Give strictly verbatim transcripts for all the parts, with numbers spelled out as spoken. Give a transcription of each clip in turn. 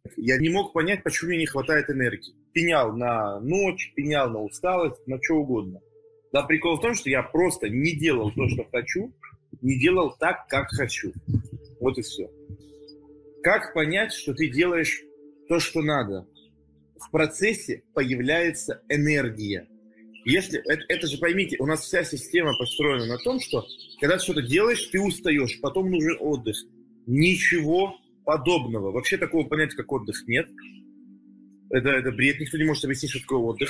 Я не мог понять, почему мне не хватает энергии. Пенял на ночь, пенял на усталость, на что угодно. Да, прикол в том, что я просто не делал то, что хочу, не делал так, как хочу. Вот и все. Как понять, что ты делаешь то, что надо? В процессе появляется энергия. Если, это, это же поймите, у нас вся система построена на том, что когда что-то делаешь, ты устаешь, потом нужен отдых. Ничего подобного. Вообще такого понятия, как отдых, нет. Это, это бред, никто не может объяснить, что такое отдых.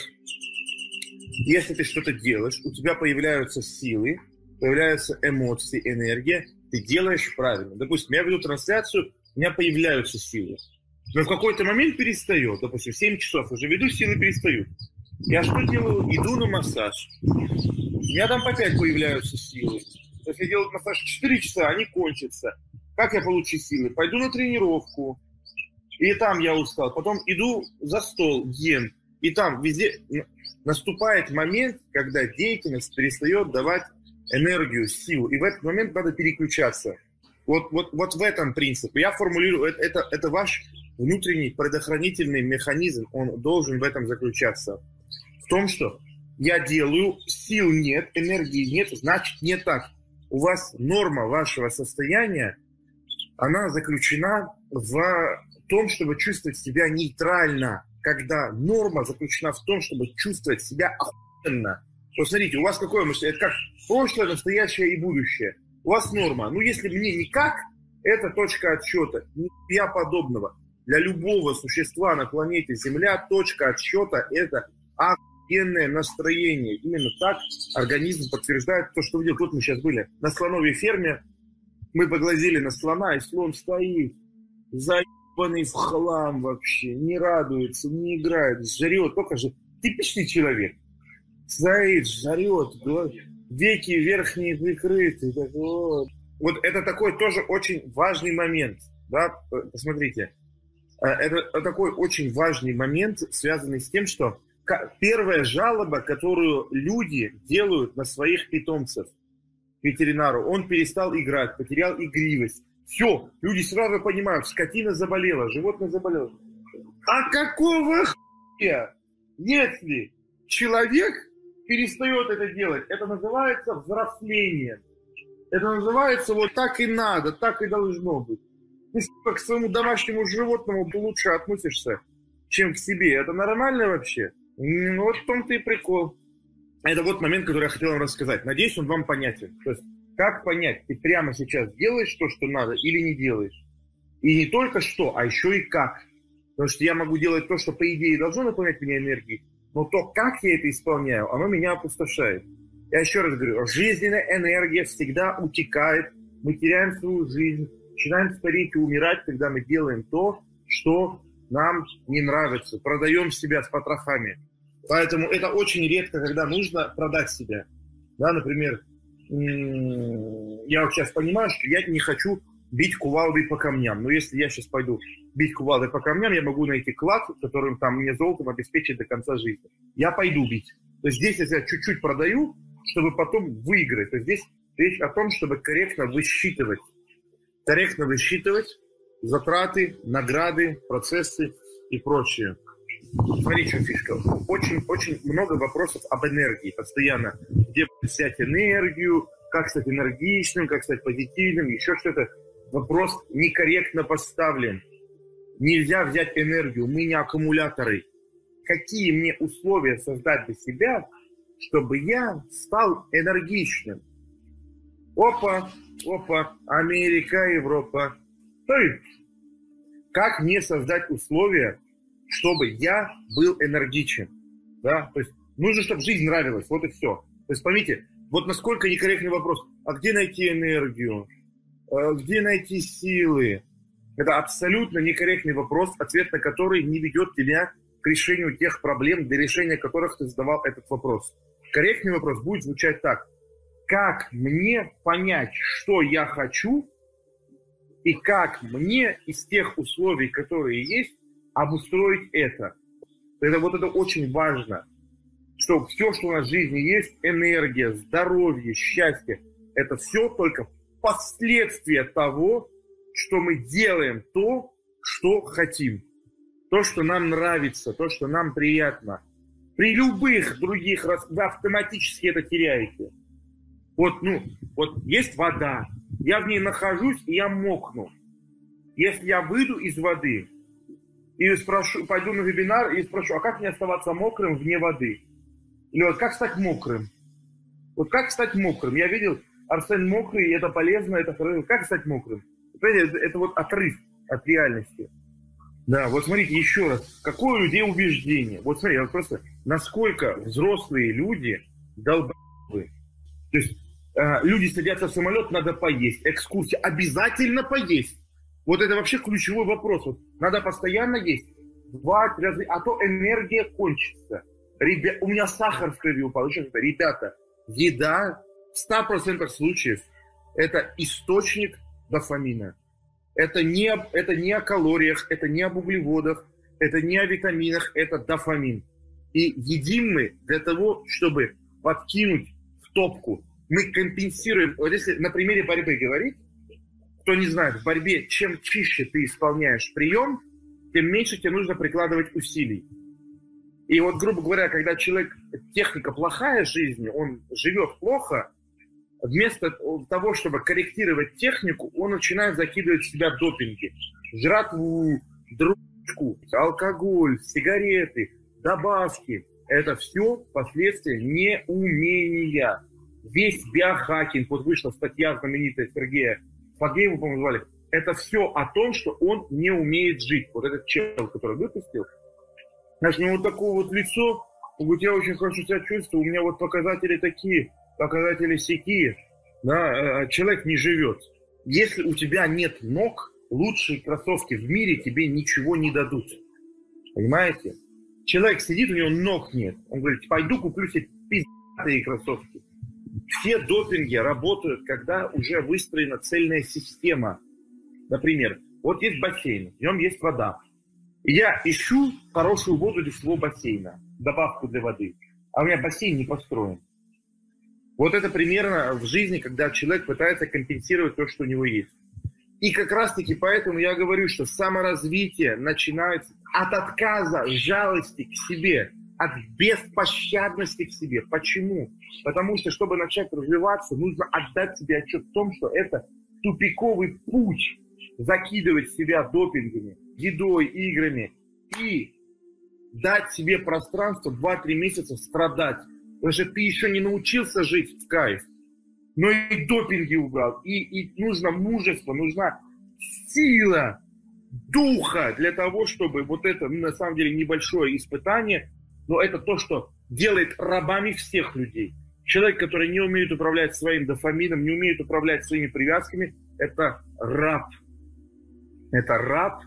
Если ты что-то делаешь, у тебя появляются силы, появляются эмоции, энергия, ты делаешь правильно. Допустим, я веду трансляцию, у меня появляются силы. Но в какой-то момент перестает. Допустим, в семь часов уже веду, силы перестают. Я что делаю? Иду на массаж. У меня там опять появляются силы. Если я делаю массаж четыре часа, они кончатся. Как я получу силы? Пойду на тренировку. И там я устал. Потом иду за стол, ем. И там везде наступает момент, когда деятельность перестает давать энергию, силу. И в этот момент надо переключаться. Вот, вот, вот в этом принцип. Я формулирую, это, это, это ваш внутренний предохранительный механизм. Он должен в этом заключаться. В том, что я делаю, сил нет, энергии нет, значит не так. У вас норма вашего состояния, она заключена в том, чтобы чувствовать себя нейтрально. Когда норма заключена в том, чтобы чувствовать себя охуенно. Вот смотрите, у вас какое мышление? Это как прошлое, настоящее и будущее. У вас норма. Ну, если мне никак, это точка отсчета. Нихуя подобного. Для любого существа на планете Земля точка отсчета – это охуенное настроение. Именно так организм подтверждает то, что видел. Тут мы сейчас были на слоновой ферме. Мы поглазели на слона, и слон стоит. Заебанный в хлам вообще. Не радуется, не играет. Жрет. Только же типичный человек. Стоит, жрет. Веки верхние прикрыты. Так вот. Вот это такой тоже очень важный момент. Да? Посмотрите. Это такой очень важный момент, связанный с тем, что первая жалоба, которую люди делают на своих питомцев ветеринару, он перестал играть, потерял игривость. Все, люди сразу понимают, скотина заболела, животное заболело. А какого хуя, если человек перестает это делать? Это называется взросление. Это называется вот так и надо, так и должно быть. Ты к своему домашнему животному лучше относишься, чем к себе. Это нормально вообще? Ну, вот в том-то и прикол. Это вот момент, который я хотел вам рассказать. Надеюсь, он вам понятен. То есть, как понять, ты прямо сейчас делаешь то, что надо, или не делаешь? И не только что, а еще и как. Потому что я могу делать то, что, по идее, должно наполнять меня энергией, но то, как я это исполняю, оно меня опустошает. Я еще раз говорю, жизненная энергия всегда утекает, мы теряем свою жизнь, начинаем стареть и умирать, когда мы делаем то, что нам не нравится, продаем себя с потрохами. Поэтому это очень редко, когда нужно продать себя. Да, например, я вот сейчас понимаю, что я не хочу бить кувалдой по камням. Но если я сейчас пойду бить кувалдой по камням, я могу найти клад, которым там мне золотом обеспечить до конца жизни. Я пойду бить. То есть здесь я чуть-чуть продаю, чтобы потом выиграть. То есть здесь речь о том, чтобы корректно высчитывать. Корректно высчитывать затраты, награды, процессы и прочее. Смотри, что фишка. Очень, очень много вопросов об энергии постоянно. Где взять энергию, как стать энергичным, как стать позитивным, еще что-то. Вопрос некорректно поставлен. Нельзя взять энергию, мы не аккумуляторы. Какие мне условия создать для себя, чтобы я стал энергичным? Опа, опа, Америка, Европа. То есть, как мне создать условия, чтобы я был энергичен? Да? То есть, нужно, чтобы жизнь нравилась, вот и все. То есть, поймите, вот насколько некорректный вопрос. А где найти энергию? А где найти силы? Это абсолютно некорректный вопрос, ответ на который не ведет тебя к решению тех проблем, для решения которых ты задавал этот вопрос. Корректный вопрос будет звучать так. Как мне понять, что я хочу, и как мне из тех условий, которые есть, обустроить это? Это вот это очень важно, что все, что у нас в жизни есть, энергия, здоровье, счастье, это все только последствия того, что мы делаем то, что хотим. то, что нам нравится, то, что нам приятно. При любых других раз вы автоматически это теряете. Вот, ну, вот есть вода, я в ней нахожусь, и я мокну. Если я выйду из воды и спрошу, пойду на вебинар и спрошу, а как мне оставаться мокрым вне воды? Или вот как стать мокрым? Вот как стать мокрым? Я видел, Арсен мокрый, это полезно, это хорошо. Как стать мокрым? Это, это вот отрыв от реальности. Да, вот смотрите, еще раз, какое у людей убеждение. Вот смотрите, вот просто, насколько взрослые люди долбы. То есть э, люди садятся в самолет, надо поесть. Экскурсия, обязательно поесть. Вот это вообще ключевой вопрос. Вот, надо постоянно есть. Два-три раза, а то энергия кончится. Ребя... У меня сахар в крови упал. Еще что-то. Ребята, еда в ста процентах случаев это источник дофамина. Это не, это не о калориях, это не об углеводах, это не о витаминах, это дофамин. И едим мы для того, чтобы подкинуть в топку. Мы компенсируем, вот если на примере борьбы говорить, кто не знает, в борьбе чем чище ты исполняешь прием, тем меньше тебе нужно прикладывать усилий. И вот, грубо говоря, когда человек, техника плохая в жизни, он живет плохо, вместо того, чтобы корректировать технику, он начинает закидывать в себя допинги. Жратву, дрочку, алкоголь, сигареты, добавки. Это все последствия неумения. Весь биохакинг, вот вышла статья знаменитая Сергея Фагеева, по-моему, звали, это все о том, что он не умеет жить. Вот этот чел, который выпустил, значит, у него вот такое вот лицо, он говорит, я очень хорошо себя чувствую, у меня вот показатели такие, показатели сякие, да, человек не живет. Если у тебя нет ног, лучшие кроссовки в мире тебе ничего не дадут. Понимаете? Человек сидит, у него ног нет. Он говорит, пойду куплю себе пиздатые кроссовки. Все допинги работают, когда уже выстроена цельная система. Например, вот есть бассейн, в нем есть вода. И я ищу хорошую воду для своего бассейна, добавку для воды. А у меня бассейн не построен. Вот это примерно в жизни, когда человек пытается компенсировать то, что у него есть. И как раз-таки поэтому я говорю, что саморазвитие начинается от отказа, жалости к себе, от беспощадности к себе. Почему? Потому что, чтобы начать развиваться, нужно отдать себе отчет в том, что это тупиковый путь закидывать себя допингами, едой, играми и дать себе пространство два-три месяца страдать. Потому что ты еще не научился жить в кайф, но и допинги убрал. И, и нужно мужество, нужна сила духа для того, чтобы вот это, на самом деле, небольшое испытание, но это то, что делает рабами всех людей. Человек, который не умеет управлять своим дофамином, не умеет управлять своими привязками, это раб. Это раб.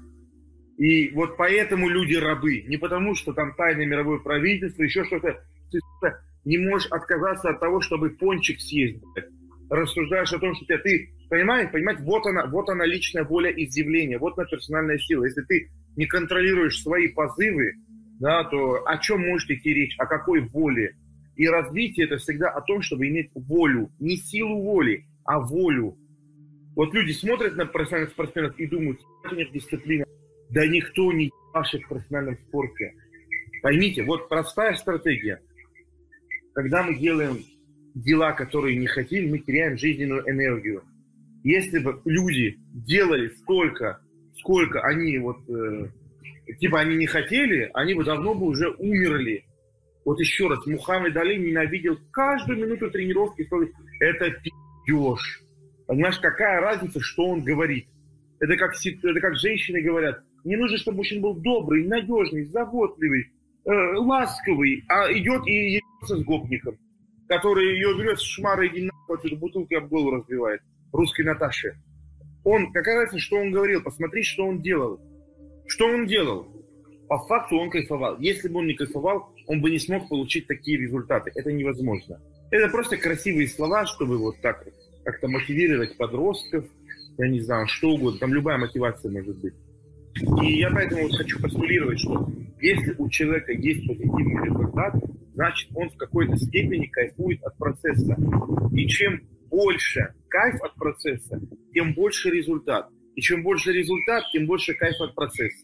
И вот поэтому люди рабы. Не потому, что там тайное мировое правительство, еще что-то. Ты не можешь отказаться от того, чтобы пончик съесть. Рассуждаешь о том, что тебя, ты понимаешь, понимаешь, вот она, вот она личная воля изъявления, вот она персональная сила. Если ты не контролируешь свои позывы, да, то о чем может идти речь, о какой воле? И развитие это всегда о том, чтобы иметь волю, не силу воли, а волю. Вот люди смотрят на профессиональных спортсменов и думают, что у них дисциплина. Да никто не ебашит в профессиональном спорте. Поймите, вот простая стратегия. Когда мы делаем дела, которые не хотим, мы теряем жизненную энергию. Если бы люди делали столько, сколько они вот, э, типа они не хотели, они бы давно бы уже умерли. Вот еще раз, Мухаммед Али ненавидел каждую минуту тренировки. Это пи***еж. Понимаешь, какая разница, что он говорит? Это как, это как женщины говорят. Мне нужно, чтобы мужчина был добрый, надежный, заботливый, э, ласковый, а идет и ебется с гопником, который ее берет с шмара, иди нахуй, отсюда бутылки об голову разбивает, русской Наташи. Он, какая разница, что он говорил, посмотри, что он делал. Что он делал? По факту он кайфовал. Если бы он не кайфовал, он бы не смог получить такие результаты. Это невозможно. Это просто красивые слова, чтобы вот так как-то мотивировать подростков, я не знаю, что угодно, там любая мотивация может быть. И я поэтому вот хочу постулировать, что если у человека есть позитивный результат, значит он в какой-то степени кайфует от процесса. И чем больше кайф от процесса, тем больше результат. И чем больше результат, тем больше кайф от процесса.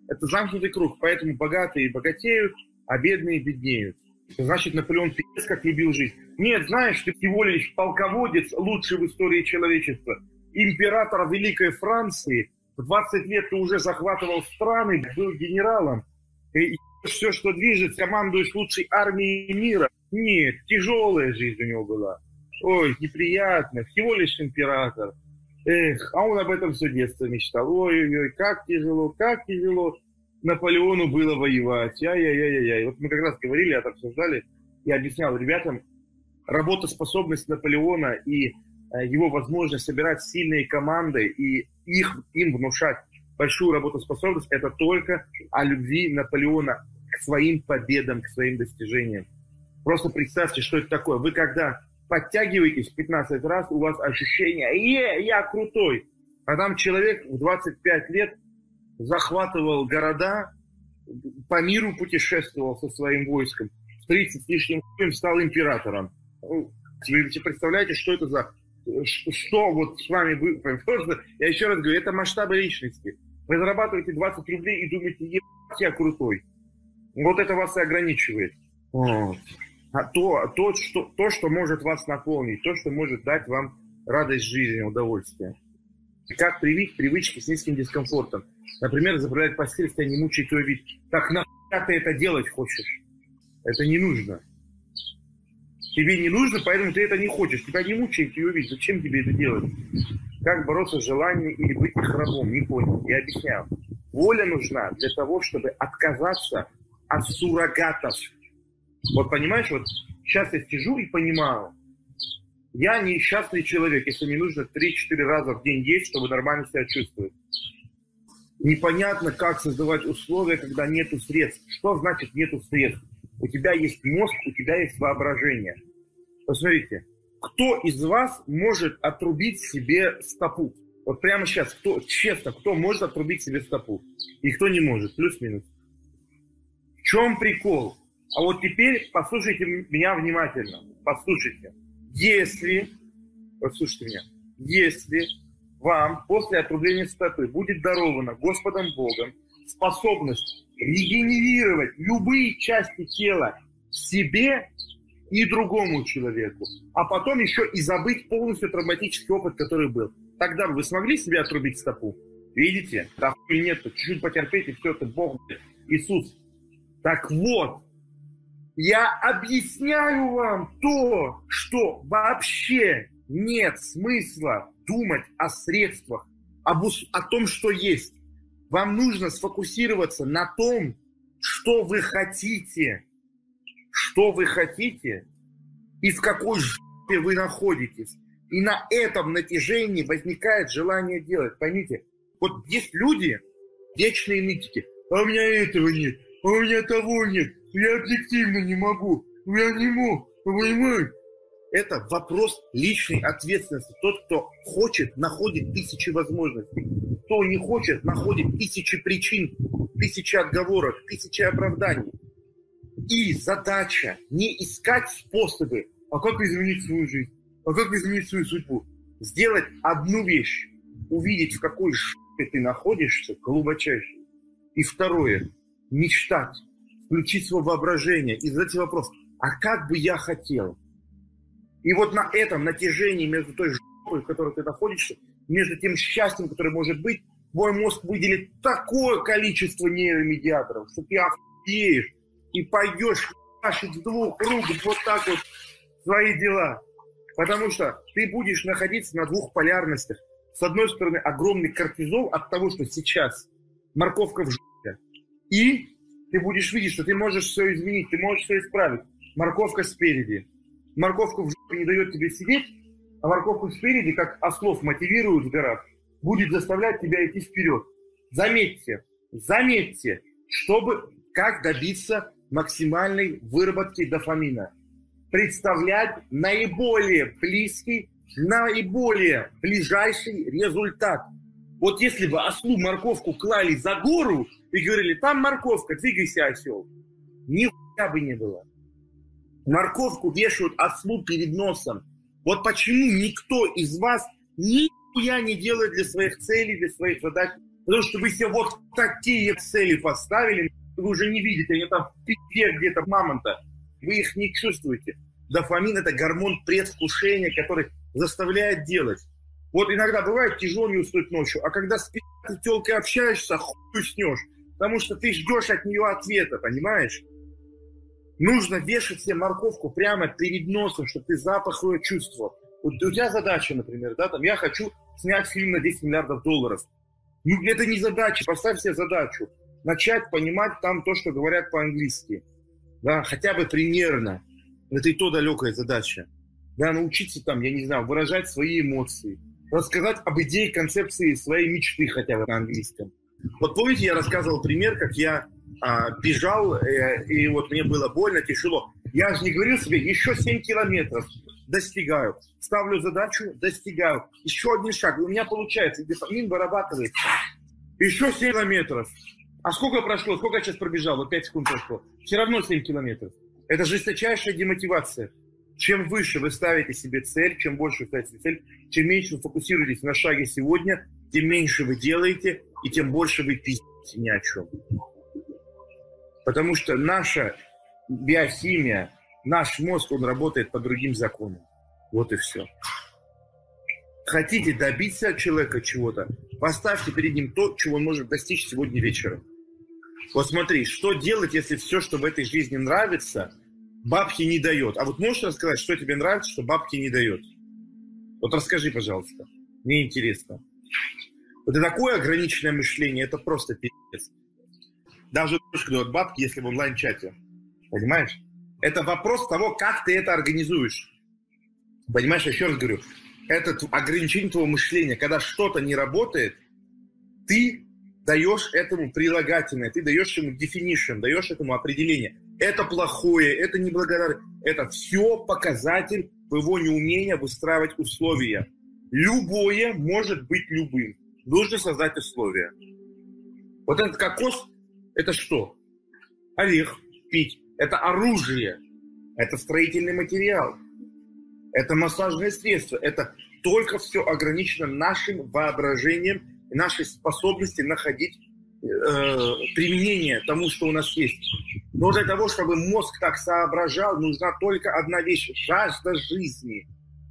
Это замкнутый круг, поэтому богатые богатеют, а бедные беднеют. Значит, Наполеон пиздец как любил жизнь. Нет, знаешь, ты всего лишь полководец, лучший в истории человечества, император Великой Франции, в двадцать лет ты уже захватывал страны, был генералом, и все, что движет, командуешь лучшей армией мира. Нет, тяжелая жизнь у него была. Ой, неприятно, всего лишь император. Эх, а он об этом все детство мечтал. Ой-ой-ой, как тяжело, как тяжело Наполеону было воевать. Ай-яй-яй-яй. Вот мы как раз говорили, это обсуждали. Я объяснял ребятам, работоспособность Наполеона и его возможность собирать сильные команды и их, им внушать большую работоспособность, это только о любви Наполеона к своим победам, к своим достижениям. Просто представьте, что это такое. Вы когда подтягиваетесь пятнадцать раз, у вас ощущение «Е, я крутой!» А там человек в двадцать пять лет захватывал города, по миру путешествовал со своим войском, в тридцать с лишним стал императором. Вы представляете, что это за... Что, что вот с вами вы... Просто, я еще раз говорю, это масштабы личности. Вы зарабатываете двадцать рублей и думаете, ебать, я крутой. Вот это вас и ограничивает. Вот. А то, то, что, то, что может вас наполнить, то, что может дать вам радость жизни, удовольствие. Как привить привычки с низким дискомфортом. Например, заправлять постель, если тебя не мучает твой вид. Так нахуя ты это делать хочешь? Это не нужно. Тебе не нужно, поэтому ты это не хочешь. Тебя не мучает твой вид. Зачем тебе это делать? Как бороться с желанием или быть их рабом? Не понял. Я объясняю. Воля нужна для того, чтобы отказаться от суррогатов. Вот понимаешь, вот сейчас я сижу и понимаю, я несчастный человек, если мне нужно три-четыре раза в день есть, чтобы нормально себя чувствовать. Непонятно, как создавать условия, когда нету средств. Что значит нету средств? У тебя есть мозг, у тебя есть воображение. Посмотрите, кто из вас может отрубить себе стопу? Вот прямо сейчас, кто, честно, кто может отрубить себе стопу? И кто не может? Плюс-минус. В чем прикол? А вот теперь послушайте меня внимательно. Послушайте. Если, послушайте меня, если вам после отрубления стопы будет дарована Господом Богом способность регенерировать любые части тела себе и другому человеку, а потом еще и забыть полностью травматический опыт, который был, тогда вы смогли себе отрубить стопу? Видите? Да хуй нет, чуть-чуть потерпеть, и все, это Бог, Иисус. Так вот, я объясняю вам то, что вообще нет смысла думать о средствах, об, о том, что есть. Вам нужно сфокусироваться на том, что вы хотите. Что вы хотите и в какой жопе вы находитесь. И на этом натяжении возникает желание делать. Поймите, вот есть люди, вечные нытики. А у меня этого нет, а у меня того нет. Я объективно не могу, я не могу, понимаешь? Это вопрос личной ответственности. Тот, кто хочет, находит тысячи возможностей. Кто не хочет, находит тысячи причин, тысячи отговорок, тысячи оправданий. И задача не искать способы, а как изменить свою жизнь, а как изменить свою судьбу. Сделать одну вещь, увидеть, в какой жопе ты находишься, глубочайшей. И второе, мечтать. Включить свое воображение и задать вопрос, а как бы я хотел? И вот на этом натяжении между той жопой, в которой ты находишься, между тем счастьем, которое может быть, твой мозг выделит такое количество нейромедиаторов, что ты охуеешь и пойдешь в двух рук вот так вот свои дела. Потому что ты будешь находиться на двух полярностях. С одной стороны, огромный кортизол от того, что сейчас морковка в жопе. И ты будешь видеть, что ты можешь все изменить, ты можешь все исправить. Морковка спереди. Морковка в жопе не дает тебе сидеть, а морковка спереди, как ослов мотивируют в горах, будет заставлять тебя идти вперед. Заметьте, заметьте, чтобы как добиться максимальной выработки дофамина. Представлять наиболее близкий, наиболее ближайший результат. Вот если бы ослу морковку клали за гору и говорили, там морковка, двигайся, осел. Нихуя бы не было. Морковку вешают ослу перед носом. Вот почему никто из вас нихуя не делает для своих целей, для своих задач, Потому что вы себе вот такие цели поставили, вы уже не видите, они там в пипе где-то мамонта. Вы их не чувствуете. Дофамин – это гормон предвкушения, который заставляет делать. Вот иногда бывает тяжело не уснуть ночью, а когда с пи***й тёлкой общаешься, хуй уснешь. Потому что ты ждешь от нее ответа, понимаешь? Нужно вешать себе морковку прямо перед носом, чтобы ты запах ее чувствовал. Вот у тебя задача, например, да, там, я хочу снять фильм на десять миллиардов долларов. Ну, это не задача, поставь себе задачу. Начать понимать там то, что говорят по-английски. Да, хотя бы примерно. Это и то далекая задача. Да, научиться там, я не знаю, выражать свои эмоции. Рассказать об идее, концепции своей мечты хотя бы на английском. Вот помните, я рассказывал пример, как я а, бежал, э, и вот мне было больно, тяжело. Я же не говорил себе, еще семь километров достигаю. Ставлю задачу, достигаю. Еще один шаг. У меня получается, дофамин вырабатывается. Еще семь километров. А сколько прошло? Сколько я сейчас пробежал? Вот пять секунд прошло. Все равно семь километров. Это жесточайшая демотивация. Чем выше вы ставите себе цель, чем больше вы ставите себе цель, чем меньше вы фокусируетесь на шаге сегодня, тем меньше вы делаете, и тем больше вы пиздите ни о чем. Потому что наша биохимия, наш мозг, он работает по другим законам. Вот и все. Хотите добиться от человека чего-то, поставьте перед ним то, чего он может достичь сегодня вечером. Вот смотри, что делать, если все, что в этой жизни нравится, бабки не дает. А вот можешь рассказать, что тебе нравится, что бабки не дает? Вот расскажи, пожалуйста. Мне интересно. Вот и такое ограниченное мышление, это просто пиздец. Даже дает бабки, если в онлайн-чате. Понимаешь? Это вопрос того, как ты это организуешь. Понимаешь, я еще раз говорю, это ограничение твоего мышления. Когда что-то не работает, ты даешь этому прилагательное, ты даешь ему definition, даешь этому определение. Это плохое, это неблагодарное. Это все показатель твоего неумения выстраивать условия. Любое может быть любым. Нужно создать условия. Вот этот кокос, это что? Орех, пить. Это оружие. Это строительный материал. Это массажное средство. Это только все ограничено нашим воображением и нашей способностью находить э, применение тому, что у нас есть. Но для того, чтобы мозг так соображал, нужна только одна вещь – жажда жизни.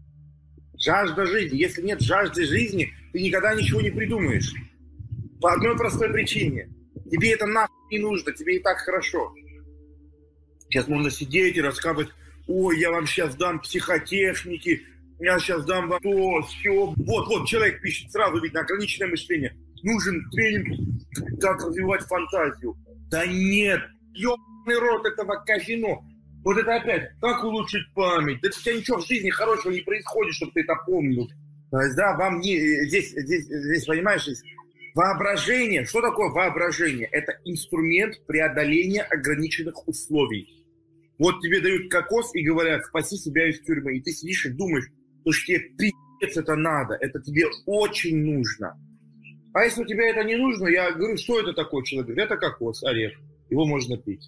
Жажда жизни. Если нет жажды жизни, ты никогда ничего не придумаешь. По одной простой причине. Тебе это нахуй не нужно, тебе и так хорошо. Сейчас можно сидеть и рассказывать: ой, я вам сейчас дам психотехники, я сейчас дам вам то, все. Вот, вот, человек пишет, сразу видно, ограниченное мышление. Нужен тренинг, как развивать фантазию. Да нет, ёбаный рот этого казино. Вот это опять, как улучшить память? Да у тебя ничего в жизни хорошего не происходит, чтобы ты это помнил. То есть, да, вам не, здесь, здесь, здесь, понимаешь, здесь воображение. Что такое воображение? Это инструмент преодоления ограниченных условий. Вот тебе дают кокос и говорят: спаси себя из тюрьмы. И ты сидишь и думаешь, что тебе пи***ц это надо, это тебе очень нужно. А если у тебя это не нужно, я говорю, что это такое? Человек говорит: это кокос, орех, его можно пить.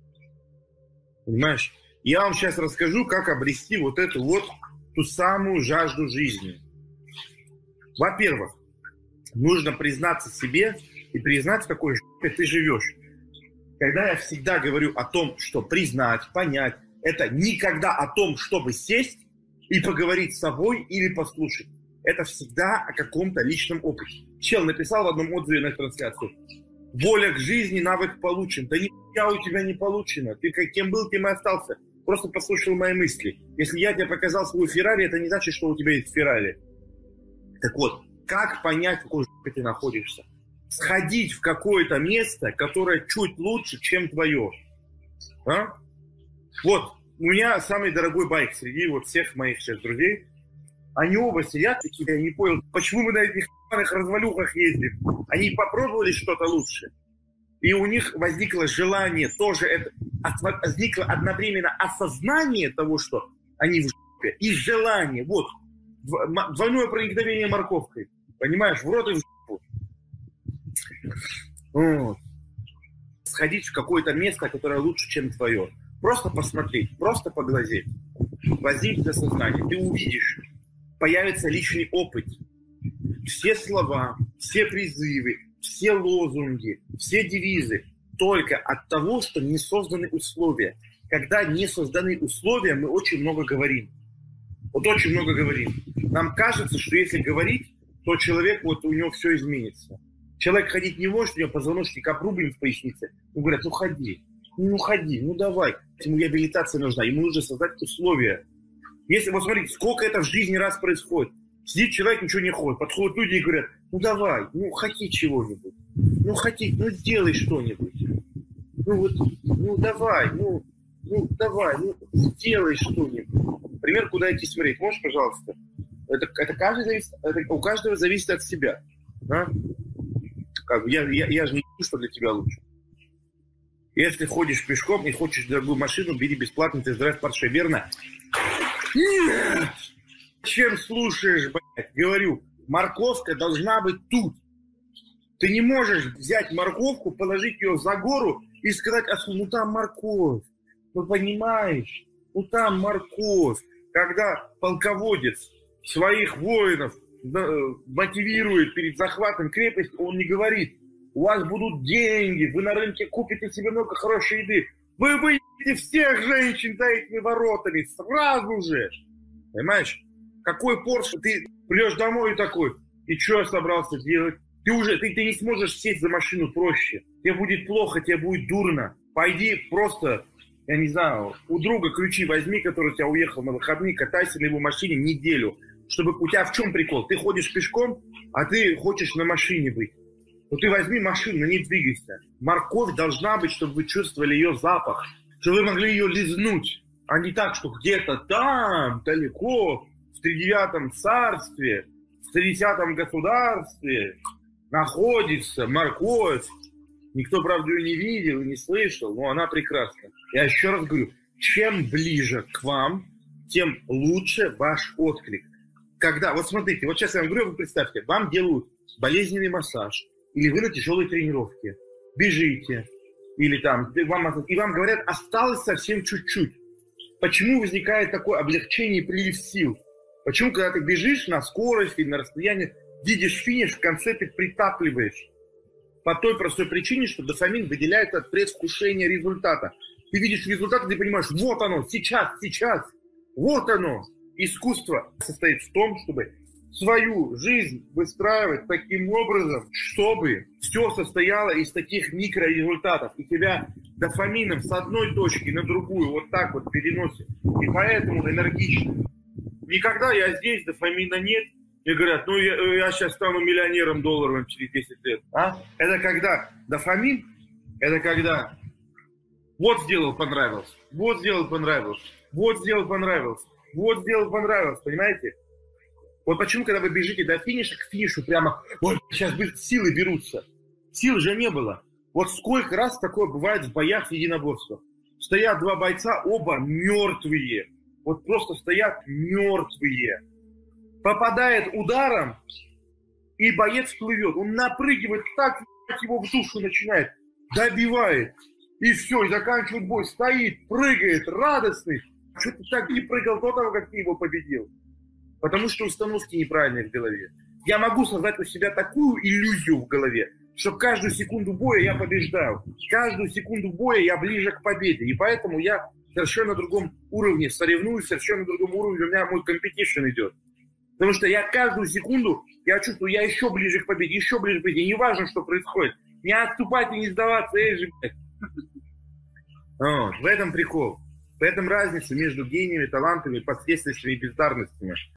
Понимаешь? Я вам сейчас расскажу, как обрести вот эту вот ту самую жажду жизни. Во-первых, нужно признаться себе и признать, в какой жопе ты живешь. Когда я всегда говорю о том, что признать, понять, это никогда о том, чтобы сесть и поговорить с собой или послушать. Это всегда о каком-то личном опыте. Чел написал в одном отзыве на трансляцию: воля к жизни, навык получен. Да нихуя у тебя не получено. Ты кем был, тем и остался. Просто послушал мои мысли. Если я тебе показал свою Феррари, это не значит, что у тебя есть Феррари. Так вот, как понять, в какой жопе ты находишься? Сходить в какое-то место, которое чуть лучше, чем твое. А? Вот, у меня самый дорогой байк среди вот всех моих сейчас друзей. Они оба сидят такие: я не понял, почему мы на этих развалюхах ездим. Они попробовали что-то лучше. И у них возникло желание тоже это, возникло одновременно осознание того, что они в жопе, и желание. Вот, двойное проникновение морковкой. Понимаешь, в рот и в жопу. Вот. Сходить в какое-то место, которое лучше, чем твое. Просто посмотреть, просто поглазеть. Возникнет осознание, ты увидишь. Появится личный опыт. Все слова, все призывы, все лозунги, все девизы только от того, что не созданы условия. Когда не созданы условия, мы очень много говорим. Вот очень много говорим. Нам кажется, что если говорить, то человек, вот у него все изменится. Человек ходить не может, у него позвоночник обрублен в пояснице. Ему говорят, ну ходи, ну ходи, ну давай. Ему реабилитация нужна, ему нужно создать условия. Если, вот смотрите, сколько это в жизни раз происходит. Сидит человек, ничего не ходит. Подходят люди и говорят, ну давай, ну хоти чего-нибудь. Ну хоти, ну сделай что-нибудь. Ну вот, ну давай, ну, ну давай, ну сделай что-нибудь. Пример, куда идти смотреть. Можешь, пожалуйста? Это, это, каждый зависит, это у каждого зависит от себя. Да? Как, я, я, я же не знаю, что для тебя лучше. Если ходишь пешком и хочешь дорогую машину, бери бесплатно тест-драйв Porsche, верно? Нет! Чем слушаешь, блядь? Говорю, морковка должна быть тут. Ты не можешь взять морковку, положить ее за гору и сказать, а ну там морковь. Ну понимаешь? Ну там морковь. Когда полководец своих воинов мотивирует перед захватом крепости, он не говорит, у вас будут деньги, вы на рынке купите себе много хорошей еды. Вы выйдете всех женщин за этими воротами сразу же. Понимаешь? Какой Порш, ты придешь домой и такой, и что я собрался делать? Ты уже, ты, ты не сможешь сесть за машину проще. Тебе будет плохо, тебе будет дурно. Пойди просто, я не знаю, у друга ключи возьми, который у тебя уехал на выходные, катайся на его машине неделю. Чтобы у тебя в чем прикол? Ты ходишь пешком, а ты хочешь на машине быть. Ну ты возьми машину, на ней двигайся. Морковь должна быть, чтобы вы чувствовали ее запах, чтобы вы могли ее лизнуть, а не так, что где-то там, далеко, в тридевятом царстве, в тридцатом государстве находится морковь. Никто, правда, ее не видел и не слышал, но она прекрасна. Я еще раз говорю, чем ближе к вам, тем лучше ваш отклик. Когда, вот смотрите, вот сейчас я вам говорю, вы представьте, вам делают болезненный массаж, или вы на тяжелой тренировке, бежите, или там, вам, и вам говорят, осталось совсем чуть-чуть. Почему возникает такое облегчение и прилив сил? Почему, когда ты бежишь на скорости или на расстоянии, видишь финиш, в конце ты притапливаешь? По той простой причине, что дофамин выделяется от предвкушения результата. Ты видишь результат, и ты понимаешь, вот оно, сейчас, сейчас, вот оно. Искусство состоит в том, чтобы свою жизнь выстраивать таким образом, чтобы все состояло из таких микрорезультатов. И тебя дофамином с одной точки на другую вот так вот переносит. И поэтому энергично. Никогда я здесь, дофамина нет. И говорят, ну я, я сейчас стану миллионером долларовым через десять лет. А? Это когда дофамин, это когда вот сделал, понравилось, вот сделал, понравилось, вот сделал, понравилось, вот сделал, понравилось, понимаете? Вот почему, когда вы бежите до финиша, к финишу прямо, вот сейчас силы берутся. Сил же не было. Вот сколько раз такое бывает в боях в единоборствах. Стоят два бойца, оба мертвые. Вот просто стоят мертвые. Попадает ударом, и боец плывет. Он напрыгивает так, его в душу начинает, добивает. И все, и заканчивает бой. Стоит, прыгает, радостный. Что ты так не прыгал до того, как ты его победил? Потому что установки неправильные в голове. Я могу создать у себя такую иллюзию в голове, что каждую секунду боя я побеждаю. Каждую секунду боя я ближе к победе. И поэтому я совершенно на другом уровне соревнуюсь, совершенно на другом уровне у меня мой компетишн идет. Потому что я каждую секунду, я чувствую, я еще ближе к победе, еще ближе к победе. И не важно, что происходит. Не отступать и не сдаваться, эй же, блядь. Вот, в этом прикол. В этом разница между гениями, талантами, посредственностями и бездарностями.